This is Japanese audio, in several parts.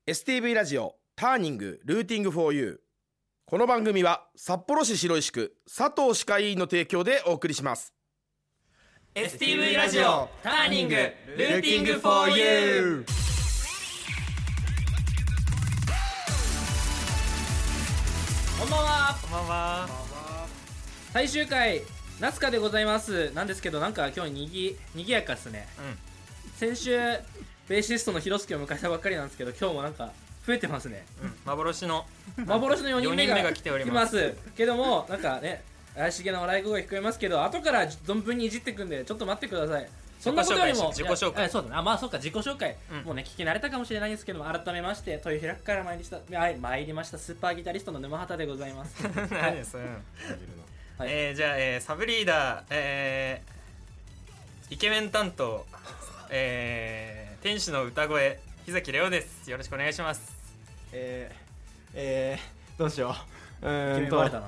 STV ラジオターニングルーティングフォーユー。この番組は札幌市白石区佐藤歯科医院の提供でお送りします。 STV ラジオターニングルーティングフォーユー。 こんばんは。 こんばんは。 最終回夏香でございますなんですけど、なんか今日にぎやかですね。先週ベーシストの広介を迎えたばっかりなんですけど、今日もなんか増えてますね。 幻の 4人目が来ております。 けども、なんかね、怪しげな笑い声が聞こえますけど、後から存分にいじっていくんでちょっと待ってください。そんなことよりも自己紹介。 そうだね。まあそうか、自己紹介、もうね聞き慣れたかもしれないんですけども、改めまして豊平区から参りましたスーパーギタリストの沼畑でございます。 何ですじゃあ、サブリーダー、イケメン担当、天使の歌声日崎レオです。よろしくお願いします。 どうしよう。頭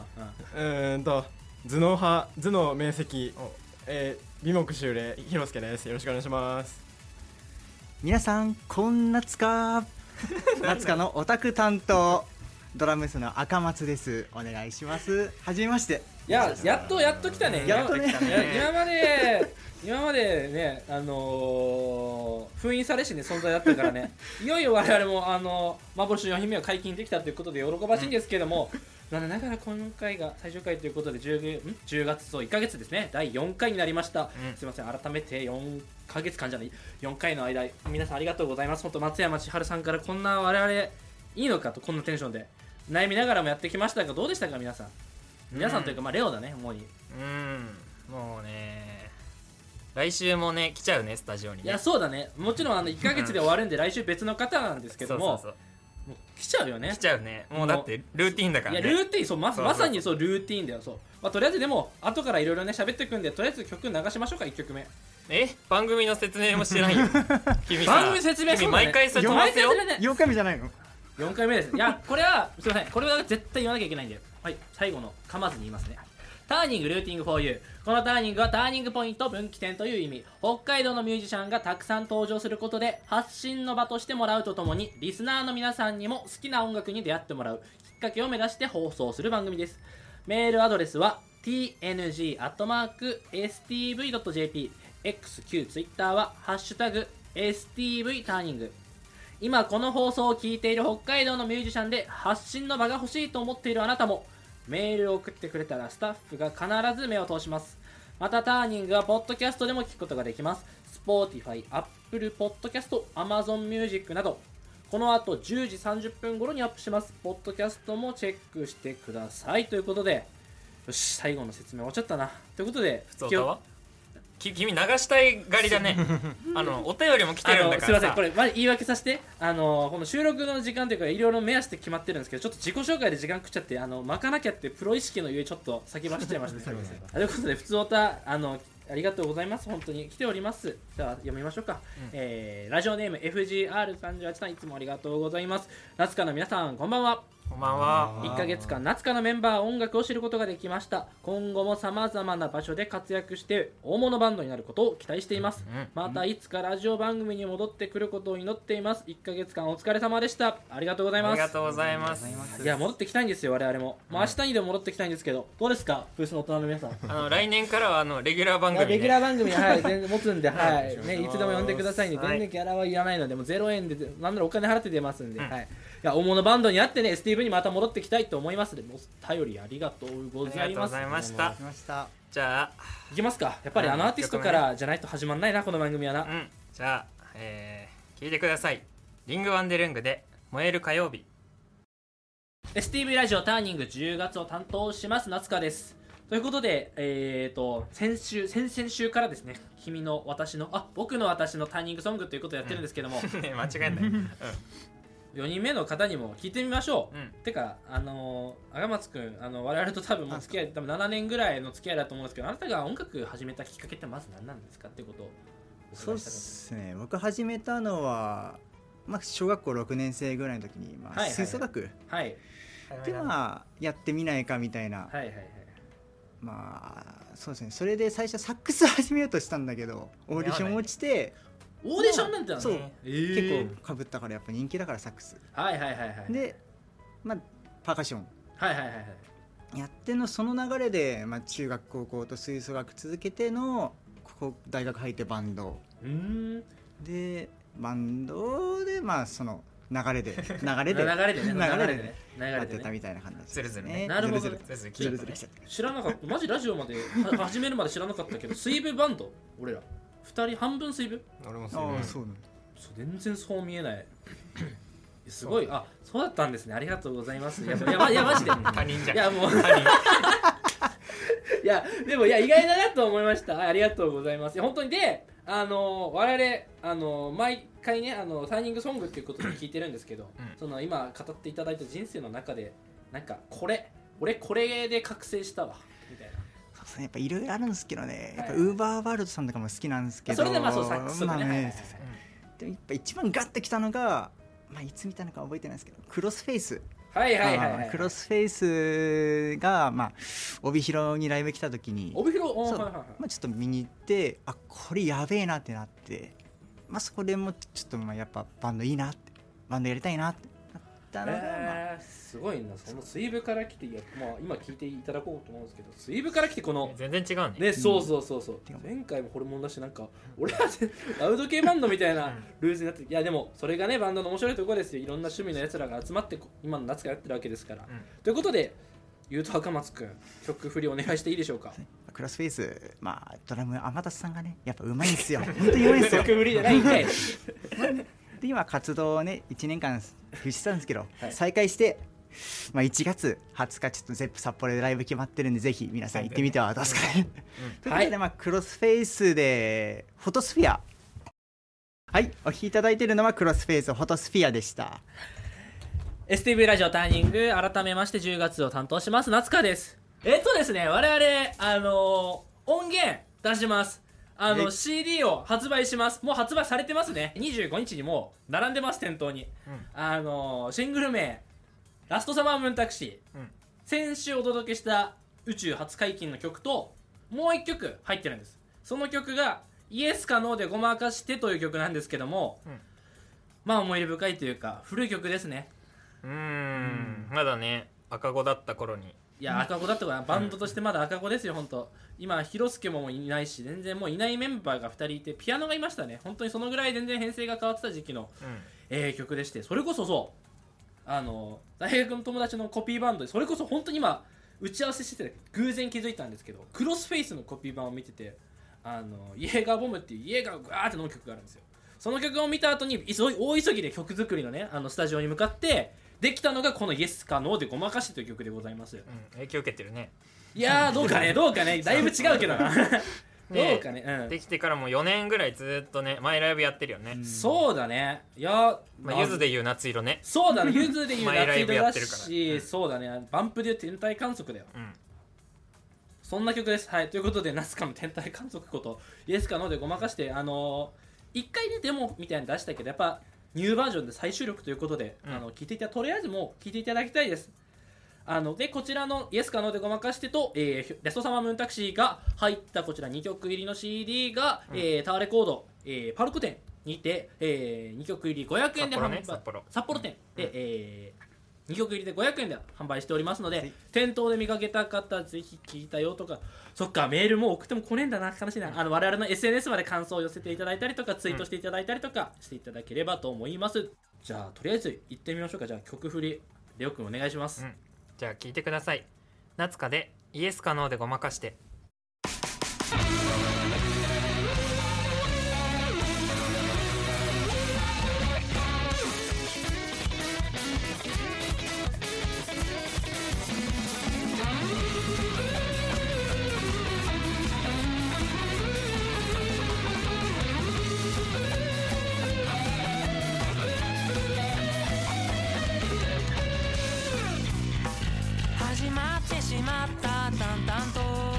脳明晰、美目秀麗広介です。よろしくお願いします。 皆さんこんなつか夏香のオタク担当ドラムスの赤松です。お願いします。はじめまして。 やっと来たね。 やっとね。 今までね、封印されしね存在だったからね、いよいよ我々も幻の4人目を解禁できたということで喜ばしいんですけども、残念ながら今回が最終回ということで 10月と1ヶ月ですね、第4回になりました。すいません、改めて4ヶ月間じゃない4回の間、皆さんありがとうございます。本当松山千春さんからこんな我々いいのかと、こんなテンションで悩みながらもやってきましたが、どうでしたか皆さんというか、レオだね、主に。 もうね、来週もね来ちゃうね、スタジオに、ね、 いやそうだね、もちろん1ヶ月で終わるんで来週別の方なんですけども、もう来ちゃうよね。 来ちゃうね。もうだってルーティンだからね。 いやルーティン、そう、まさにそうルーティンだよ。そう、まあ、とりあえずでも後からいろいろね喋っていくんで、とりあえず曲流しましょうか。1曲目。 番組の説明もしてないよ。君さ、 番組説明、 君毎回それ飛ばすよ。 4回目じゃないの ？4回目です。いやこれはすいません、これは絶対言わなきゃいけないんで、はい、最後の噛まずに言いますね。ターニングルーティングフォーユー。このターニングはターニングポイント、分岐点という意味。北海道のミュージシャンがたくさん登場することで発信の場としてもらうとともに、リスナーの皆さんにも好きな音楽に出会ってもらうきっかけを目指して放送する番組です。メールアドレスは tng@stv.jp、 X、Q、Twitter はハッシュタグ STV ターニング。今この放送を聞いている北海道のミュージシャンで発信の場が欲しいと思っているあなたも、メールを送ってくれたらスタッフが必ず目を通します。またターニングはポッドキャストでも聞くことができます。 Spotify、Apple Podcast、Amazon Music など。この後10時30分頃にアップします。ポッドキャストもチェックしてくださいということで、よし、最後の説明終わっちゃったなということで、 普通は君流したいがりだね。お便りも来てるんだからさ。 すいません、これ、言い訳させて、この収録の時間というかいろいろ目安で決まってるんですけど、ちょっと自己紹介で時間食っちゃって、巻かなきゃってプロ意識のゆえちょっと先走っちゃいましたね。ということで、普通おたありがとうございます。本当に来ております。じゃあ読みましょうか。ラジオネーム FGR38 さん、いつもありがとうございます。夏香の皆さんこんばんは。 こんばんは。 1ヶ月間夏香のメンバー音楽を知ることができました。今後も様々な場所で活躍して大物バンドになることを期待しています。またいつかラジオ番組に戻ってくることを祈っています。1ヶ月間お疲れ様でした。ありがとうございます。 ありがとうございます。 いや、戻ってきたいんですよ我々も。明日にでも戻ってきたいんですけど、どうですかブースの大人の皆さん。 来年からはレギュラー番組、 レギュラー番組、はい、全然持つんで、はいね、いつでも呼んでくださいね。全然ギャラはいらないので、もう0円でなんならお金払って出ますんで、はい。いや、大物バンドになってね、STV にまた戻ってきたいと思いますので、もう頼りありがとうございます。 ありがとうございました。じゃあいきますか。やっぱりアーティストからじゃないと始まんないな、この番組はな。 じゃあ、聞いてください。リングワンデレングで燃える火曜日。 STV ラジオターニング10月を担当します夏香です。ということで、先々週からですね、僕の私のターニングソングということをやってるんですけども、 間違えない。 4人目の方にも聞いてみましょう。てか赤松くん、我々と多分もう付き合い多分7年ぐらいの付き合いだと思うんですけど、あなたが音楽始めたきっかけってまず何なんですかっていうことを。 そうですね、僕始めたのは、小学校6年生ぐらいの時に、吹奏楽でやってみないかみたいな。そうですね、それで最初サックス始めようとしたんだけどオーディション落ちて、 オーディションなんてそう、結構かぶったからやっぱ人気だからサックスで、パーカッションやってのその流れで、中学高校と吹奏楽続けての大学入ってバンドでその流れでやってたみたいな感じですね。 なるほどね。知らなかった。マジラジオまで始めるまで知らなかったけど、水部バンド俺ら2人半分水部。 俺も水部。 そうなんだ。 全然そう見えない。すごい。あ、そうだったんですね。ありがとうございます。いやマジで他人じゃん。 いやもういやでも意外だなと思いました。ありがとうございます。本当にで我々毎回ねターニングソングっていうことで聞いてるんですけど、その今語っていただいた人生の中でなんか俺これで覚醒したわみたいな。 そうですね、やっぱいろいろあるんですけどね、やっぱウーバーワールドさんとかも好きなんですけど、 それでサックスとかね、 でもやっぱ一番ガッてきたのが、いつ見たのか覚えてないですけど、クロスフェイス。クロスフェイスが帯広にライブ来た時に帯広ちょっと見に行って、これやべえなってなって、そこでもちょっとやっぱバンドいいなって、バンドやりたいなってなったのが、 すごいな。その水部から来て、今聞いていただこうと思うんですけど、水部から来てこの全然違うね。そう前回もホルモンだし、なんか俺はラウド系バンドみたいなルーズになって、いやでもそれがねバンドの面白いところですよ。いろんな趣味のやつらが集まって今の夏からやってるわけですから、ということでゆうと赤松くん、曲振りお願いしていいでしょうか。 クロスフェイス、ドラム天達さんがねやっぱうまいんですよ。本当にうまいんですよ。 曲振りじゃないんかい。 で今活動をね1年間休止したんですけど、再開して1月20日ちょっとゼップ札幌でライブ決まってるんで、ぜひ皆さん行ってみてはどうですかね。ということで、クロスフェイスでフォトスフィア、お聴きいただいているのはクロスフェイスフォトスフィアでした。 STV ラジオターニング、改めまして10月を担当します夏香です。ですね、我々音源出します。CD を発売します。もう発売されてますね。25日にもう並んでます、店頭に。シングル名ラストサマームーンタクシー、先週お届けした宇宙初解禁の曲ともう1曲入ってるんです。その曲がイエスかノーでごまかしてという曲なんですけども、思い入れ深いというか古い曲ですね。 まだね赤子だった頃に。 いや赤子だったからバンドとしてまだ赤子ですよ。本当今広助もいないし、全然もういないメンバーが2人いて、ピアノがいましたね。本当にそのぐらい全然編成が変わってた時期の、曲でして、それこそ大学の友達のコピーバンドで、それこそ本当に今打ち合わせしてて偶然気づいたんですけど、クロスフェイスのコピー版を見てて、イエーガーボムっていうイエーガーをガーって飲む曲があるんですよ。その曲を見た後に大急ぎで曲作りのねスタジオに向かってできたのがこのイエスかノーでごまかしてという曲でございます。 影響受けてるね。 いやーどうかねだいぶ違うけどな。どうかね、 できてからも4年ぐらいずっとね毎ライブやってるよね。 そうだね。いやゆずでいう夏色ね。 そうだね、ゆずでいう夏色だし、そうだね、バンプでいう天体観測だよ。そんな曲です。ということで、ナスカの天体観測ことイエスかノーでごまかして、一回ねデモみたいに出したけど、やっぱニューバージョンで再収録ということで、とりあえずもう聴いていただきたいです。でこちらのイエスかノーでごまかしてと、ラストサマームーンタクシーが入ったこちら2曲入りの CD が、タワーレコード、パルコ店にて、2曲入り500円で販売、札幌店で、2曲入りで500円で販売しておりますので、店頭で見かけた方ぜひ聞いたよとか、そっかメールも送っても来ねえんだな、悲しいな。我々の SNS まで感想を寄せていただいたりとか、ツイートしていただいたりとかしていただければと思います。じゃあとりあえず行ってみましょうか。じゃあ曲振りレオくんお願いします。 じゃあ聞いてください。夏香でイエスかノーでごまかして。 始まってしまった淡々と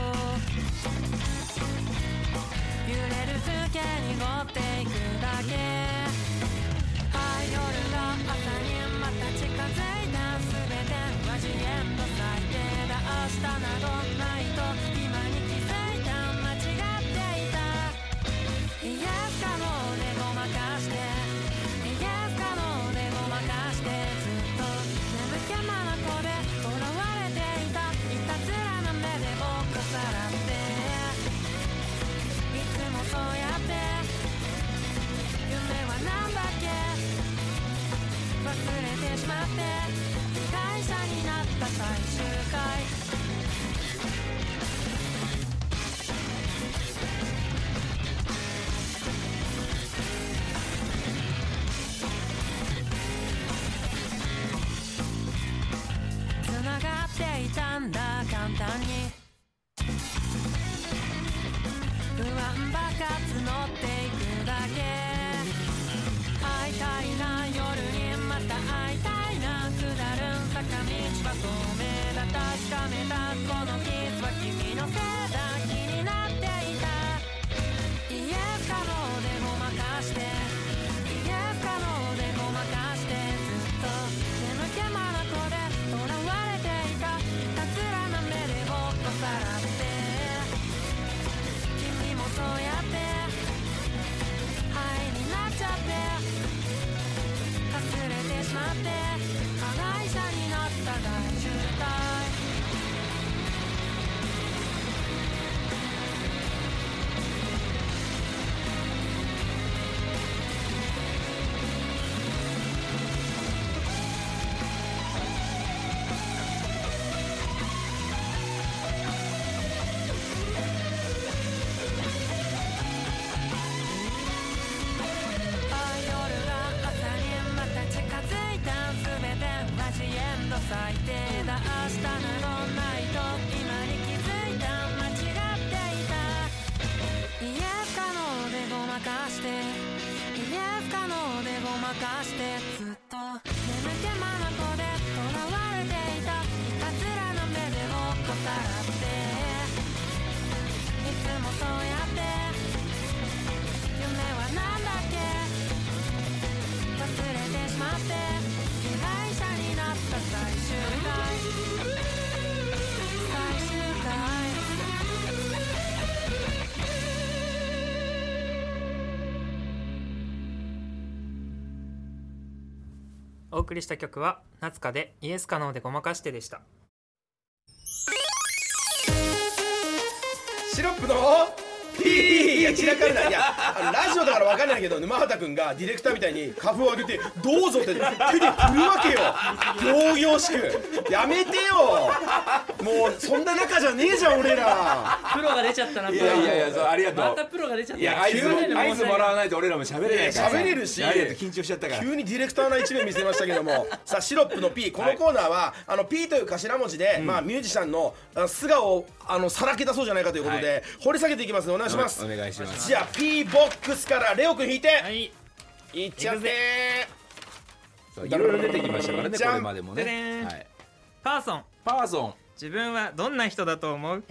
揺れる風景に乗っていくだけ。夜が朝にまた近づいた。全てはジエンド最低だ。明日などないと今に気づいた。間違っていた。イエスかノーでごれてしまって被害者になった最終回繋がっていたんだ簡単に不安ばか募っていくだけ会いたいな夜にまた会いたいな下る坂道は透明だ確かめたこのキスは君のせいだ気になっていたイエス可能でごまかしてイエス可能でごまかしてずっと眠気まなこで囚われていたひたすらな目でほっとさらって君もそうやって灰になっちゃってかすれてしまって加害者になった大渋滞最低だ明日などないと今に気づいた間違っていたイエス可能でごまかしてイエス可能でごまかしてずっと眠気まなこで囚われていたひたすらな目でほっこさらっていつもそうやって夢はなんだっけ忘れてしまって被害者になった最終回最終回お送りした曲は夏香でイエス可能でごまかしてでした。 シロップのいや散らかるな。いやラジオだから分かんないけど沼畑くんがディレクターみたいにカフを上げてどうぞって手で振るわけよ。仰々しくやめてよ。もうそんな仲じゃねえじゃん俺ら。 プロが出ちゃったな。 いやそうありがとう。 またプロが出ちゃった。 いや合図もらわないと俺らも喋れないから。 喋れるし緊張しちゃったから急にディレクターな一面見せましたけどもさあシロップの P このコーナーはP という頭文字でまあミュージシャンの素顔をさらけ出そうじゃないかということで掘り下げていきますのでお願いします。 お願いします。 じゃあ P ボックスからレオくん引いていっちゃっていろいろ出てきましたからねこれまでもね。 パーソン自分はどんな人だと思う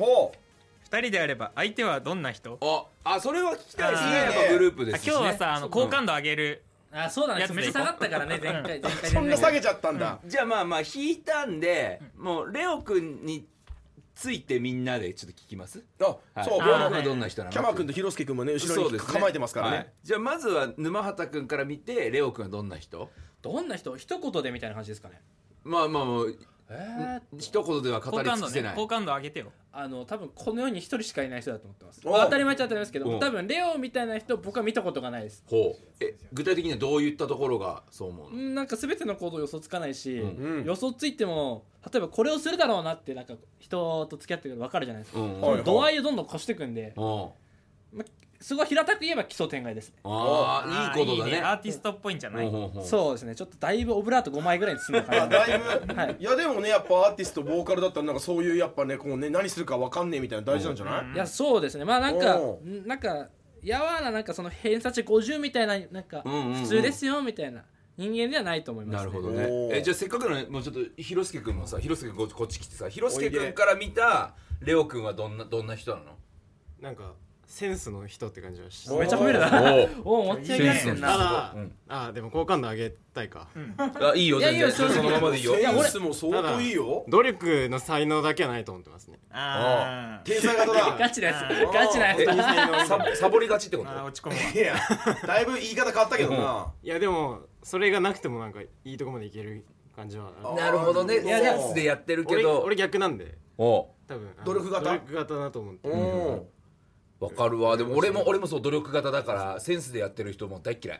？2人であれば相手はどんな人？ それは聞きたいですね。やっぱグループですしね。 今日はさ好感度上げるそうだね。めっちゃ下がったからね前回そんな下げちゃったんだ。 じゃあまあ引いたんでもうレオくんについてみんなでちょっと聞きます。 そうレオくんはどんな人なの？ キャマくんとヒロスケくんもね後ろに構えてますからね。 じゃあまずは沼畑くんから見てレオくんはどんな人？ どんな人？一言でみたいな感じですかね。 まあもう一言では語り尽くせない。 好感度上げてよ。 多分この世に一人しかいない人だと思ってます。当たり前っちゃ当たり前ですけど多分レオみたいな人僕は見たことがないです。 具体的にはどういったところがそう思うの？ なんか全ての行動予想つかないし、予想ついても例えばこれをするだろうなってなんか人と付き合ってると分かるじゃないですか。度合いをどんどん越していくんで、すごい平たく言えば奇想天外ですね。 いいことだね。 アーティストっぽいんじゃない？ そうですね。ちょっとだいぶオブラート5枚ぐらいに包んだ感じ。 だいぶ。いやでもねやっぱアーティストボーカルだったらなんかそういうやっぱねこうね何するか分かんねえみたいな大事なんじゃない？ いやそうですね。まあなんかやわななんかその偏差値50みたいななんか普通ですよみたいな人間ではないと思います。 なるほどね。じゃあせっかくのもうちょっと広助君もさ広助君こっち来てさ広助君から見たレオ君はどんな人なの？ なんかセンスの人って感じはしめっちゃ褒めるな。持ち上げてんな。 でも好感度上げたいか。 いいよ全然そのままでいいよ。 センスも相当いいよ。 努力の才能だけはないと思ってますね。 天才型だ。 ガチなやつ。ガチなやつ。 サボりがちってこと？ 落ち込むわ。 いやだいぶ言い方変わったけどな。 いやでもそれがなくてもなんかいいとこまでいける感じは。 なるほどね。センスでやってるけど俺逆なんで。 多分努力型だなと思って。 わかるわ。でも俺もそう努力型だからセンスでやってる人も大嫌い。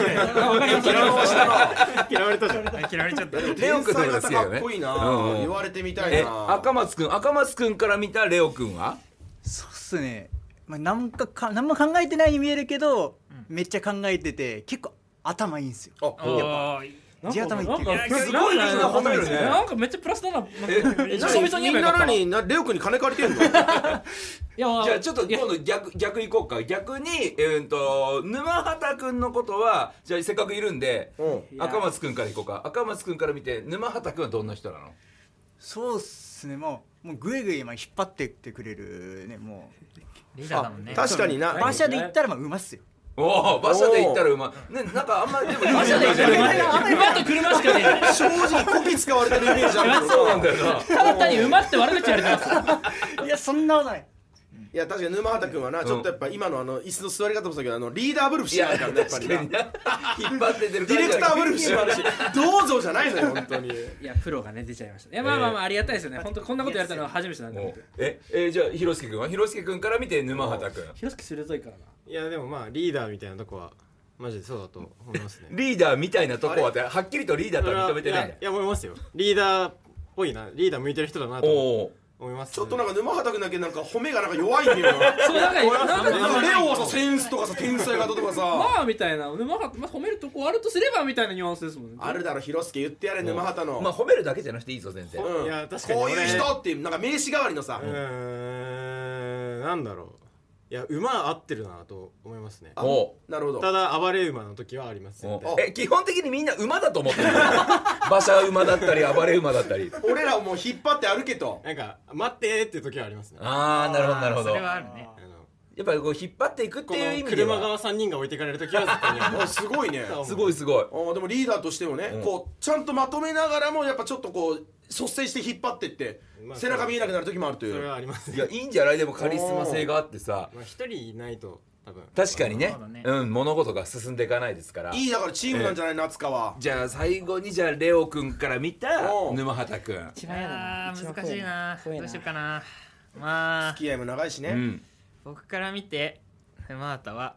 嫌われたじゃん。 嫌われちゃった。 レオ君の方が好きだよね。 かっこいいな、言われてみたいな。 赤松くんから見たレオ君は？ そうっすね、何も考えてないに見えるけど、めっちゃ考えてて結構頭いいんですよ。地頭いいっていうかすごいみんな褒めるね。 なんかめっちゃプラスだな。 みんな何レオ君に金借りてんの？ いやじゃあちょっと今度逆いこうか。逆に沼畑くんのことはじゃあせっかくいるんで赤松くんからいこうか。赤松くんから見て沼畑くんはどんな人なの？ そうっすね、もうぐいぐい引っ張ってってくれるね、もリーダーだもんね。 確かにな。 馬車で言ったら馬っすよ。 おお、馬車で行ったら馬ね、なんかあんまりでも馬車で行ったら馬と車しかねえ。 正直コピ使われてるイメージある。 そうなんだよな。 ただ単に馬って悪口言われてます。 いやそんなことない。 いや確かに沼畑君はな、ちょっとやっぱ今の椅子の座り方もそうだけどリーダーブルフしないからね、やっぱりな。 引っ張って出るディレクターブルフしもあるし、どうぞじゃないのよ本当に。 いやプロがね出ちゃいました。いやまあありがたいですよね。本当こんなことやれたのは初めてなんで。 じゃあ広助君は？広助君から見て沼畑君。 広助鋭いからな。 いやでもリーダーみたいなとこはマジでそうだと思いますね。 リーダーみたいなとこはってはっきりとリーダーとは認めてないんだ。 いや思いますよ。リーダーっぽいな、リーダー向いてる人だなと思います。 ちょっとなんか沼畑君だけなんか褒めがなんか弱いんだよな。 そうなんかレオはさセンスとかさ天才型とかさ。 まあみたいな沼畑褒めるとこあるとすればみたいなニュアンスですもんね。 あるだろ広助言ってやれ沼畑の。 まあ褒めるだけじゃなくていいぞ全然。 いや確かにこういう人っていうなんか名詞代わりのさ。 なんだろう。いや馬合ってるなと思いますね。 なるほど。 ただ暴れ馬の時はあります。 基本的にみんな馬だと思ってる。馬車馬だったり暴れ馬だったり。 俺らをもう引っ張って歩けと。 なんか待ってっていう時はありますね。 ああなるほどなるほど。 それはあるね。 やっぱりこう引っ張っていくっていう意味では車側3人が置いていかれる時は絶対にある。 すごいね。 すごいすごい。 でもリーダーとしてもね、こうちゃんとまとめながらもやっぱちょっとこう率先して引っ張ってって背中見えなくなる時もあるという。 それはありますね。 いやいいんじゃない。でもカリスマ性があってさ、 一人いないと多分確かにね、物事が進んでいかないですから。 いいだからチームなんじゃない夏川は。 じゃあ最後にじゃあレオ君から見た沼畑君。 一番嫌だな。 難しいな。どうしようかな。まあ付き合いも長いしね。 僕から見て沼畑は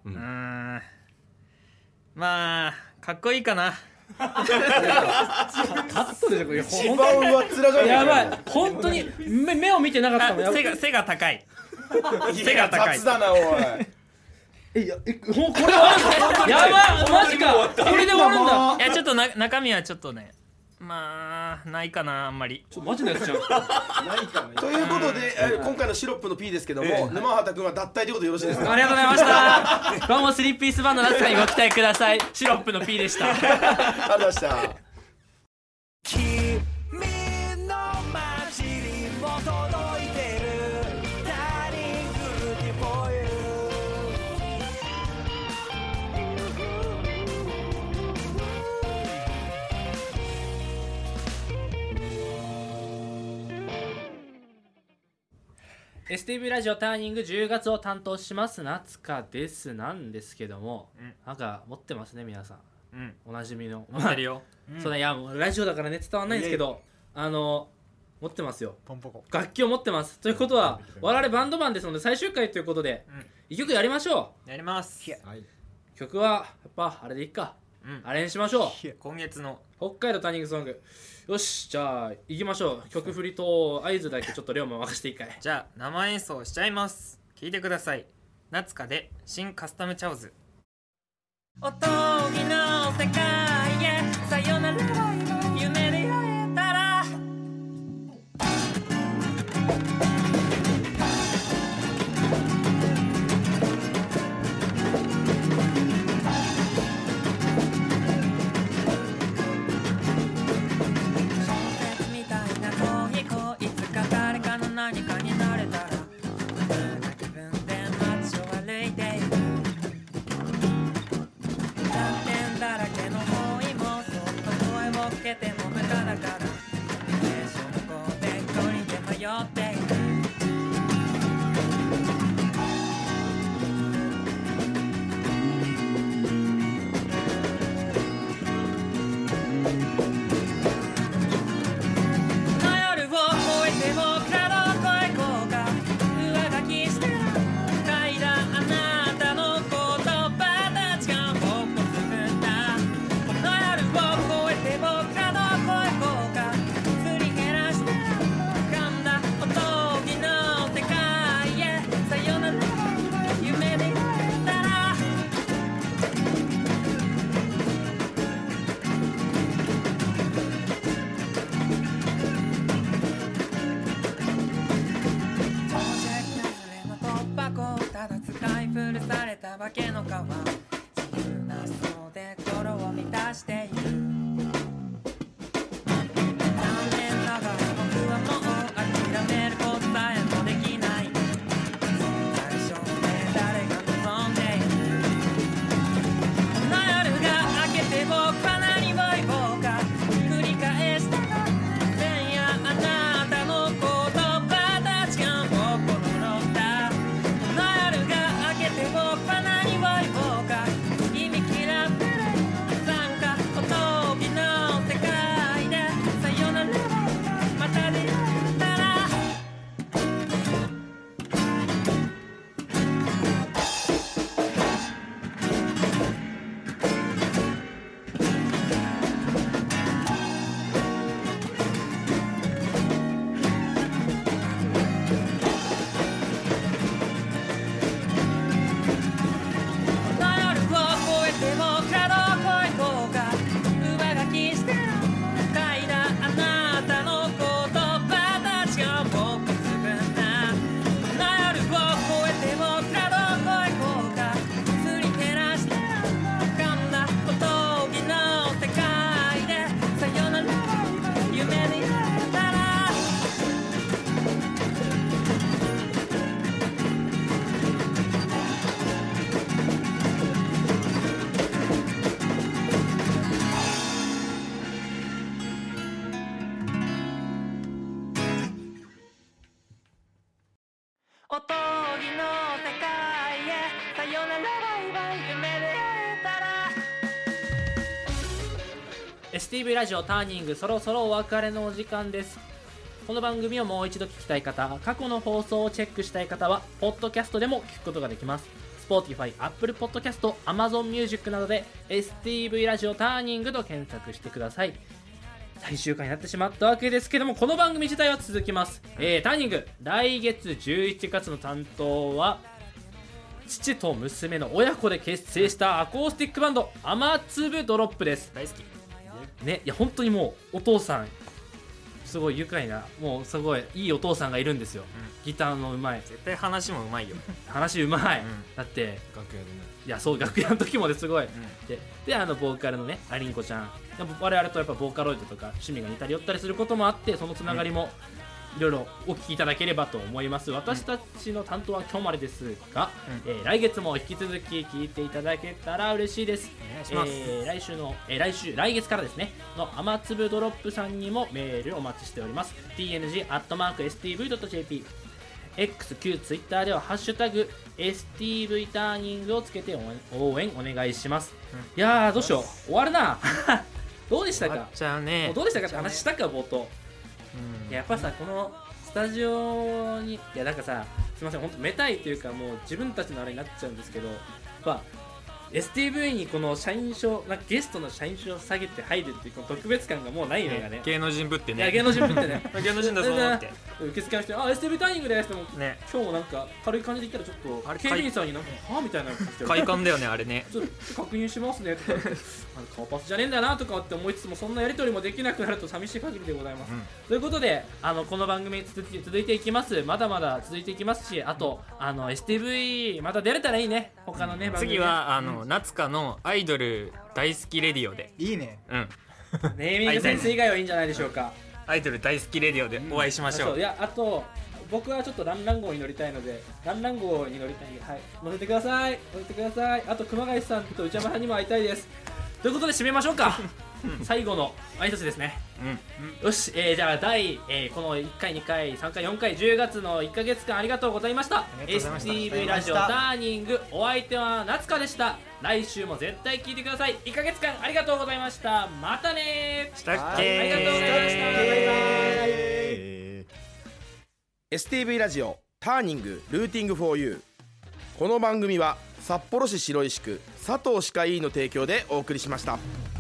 まあかっこいいかな。 カットでしょこれ。 一番上っ面じゃねえか。 やばい本当に目を見てなかったもん。 背が高い。 背が高い。雑だなおい。 これはやばいマジか。これで終わるんだ。 いやちょっと中身はちょっとねまあないかなあんまり。 マジのやつちゃう。 ということで今回のシロップの P ですけども、沼畑君は脱退ということでよろしいですか？ ありがとうございました。どうも3ピースバンド夏川にご期待ください。シロップの P でした。 ありがとうございました。 君の街にも届いてるターニングルーティフォーユ STV ラジオターニング10月を担当します夏川ですなんですけども、なんか持ってますね皆さん、おなじみの持ってるよ。 そうだ、いやもうラジオだからね伝わんないんですけど、持ってますよ。楽器を持ってます。ということは我々バンドマンですので最終回ということで一曲やりましょやります。 曲はやっぱあれでいいか、あれにしましょう。 今月の北海道ターニングソング。よしじゃあ行きましょう。曲振りと合図だけちょっと龍馬任せていいかい。 じゃあ生演奏しちゃいます。聴いてください。夏香で新カスタムチャオズ。おとぎの世界へさよなら夢で会えたら何かになれたら無な気分で街を歩いている残念だらけの思いもそっと声をかけても無駄だから名所のこうで一人で迷っている階段竹の皮自由な層で心を満たしている。残念ながら僕はもう諦めることさえもできない。最初で誰が望んでいる。この夜が明けて僕は何を言おうか繰り返したが千やあなたの言葉たちが僕を呪った。この夜が明けて僕は何を言おうか意味嫌ってる参加おとぎの世界でさよならまた出会えたら。この夜を越えて僕らどこへ行こうか上書きして書いたあなたの言葉たちが僕を救ったこの夜を越えて僕らどこへ行こうかすり減らして噛んだおとぎの世界でさよなら夢に会えたら。おとぎの世界へさよならバイバイ夢で会えたら。 STV ラジオターニングそろそろお別れのお時間です。この番組をもう一度聞きたい方、過去の放送をチェックしたい方はポッドキャストでも聞くことができます。 Spotify、Apple Podcast、Amazon Music などで STV ラジオターニングと検索してください。最終回になってしまったわけですけども、この番組自体は続きます。ターニング来月11月の担当は父と娘の親子で結成したアコースティックバンド雨粒ドロップです。 大好きね、いや本当にもうお父さんすごい愉快な、もうすごいいいお父さんがいるんですよ、ギターのうまい、 絶対話もうまいよ話うまい、 うんだって楽屋でね。 いやそう楽屋の時もですごい、でボーカルのねアリンコちゃん、やっぱ我々とやっぱボーカロイドとか趣味が似たり寄ったりすることもあって、そのつながりもいろいろお聞きいただければと思います。私たちの担当は今日までですが、来月も引き続き聞いていただけたら嬉しいです。 お願いします。 来月からですねの雨粒ドロップさんにもメールお待ちしております。tng@stv.jp X、Q、Twitter ではハッシュタグ STV ターニングをつけて応援お願いします。いやーどうしよう終わるなどうでしたか。 じゃあねもうどうでしたかって話したか冒頭。いややっぱさこのスタジオにいやなんかさすいません本当めたいというかもう自分たちのあれになっちゃうんですけど、やっぱ STV にこの社員証なんかゲストの社員証を下げて入るっていうこの特別感がもうないのよね。 芸能人ぶってね。 いや芸能人ぶってね芸能人だぞーって受付の人にSTV ターニングですってもね、 今日もなんか軽い感じで言ったらちょっあれと警備員さんになんかはぁみたいな感じで快感だよねあれね。 ちょっと確認しますねとか顔パスじゃねえんだなとかって思いつつもそんなやり取りもできなくなると寂しい限りでございます、ということでこの番組続いていきます。まだまだ続いていきますし、あとSTV また出れたらいいね他のね番組ね。 次は夏香のアイドル大好きレディオで、 いいね。 ネーミングセンス以外はいいんじゃないでしょうか。 アイドル大好きレディオでお会いしましょそうう。いやあと僕はちょっとランラン号に乗りたいのでランラン号に乗りたいんで、はい乗せてください乗せてください。あと熊谷さんと内山さんにも会いたいです。ということで締めましょうか最後の挨拶ですね。よし、じゃあこの1回2回3回4回10月の1ヶ月間ありがとうございました。 STV ラジオターニングお相手は夏香でした。来週も絶対聞いてください。1ヶ月間ありがとうございました。またねー。 したっけー。 ありがとうございました。バイバイ。 STV ラジオターニングルーティングフォーユー。この番組は札幌市白石区佐藤歯科医院の提供でお送りしました。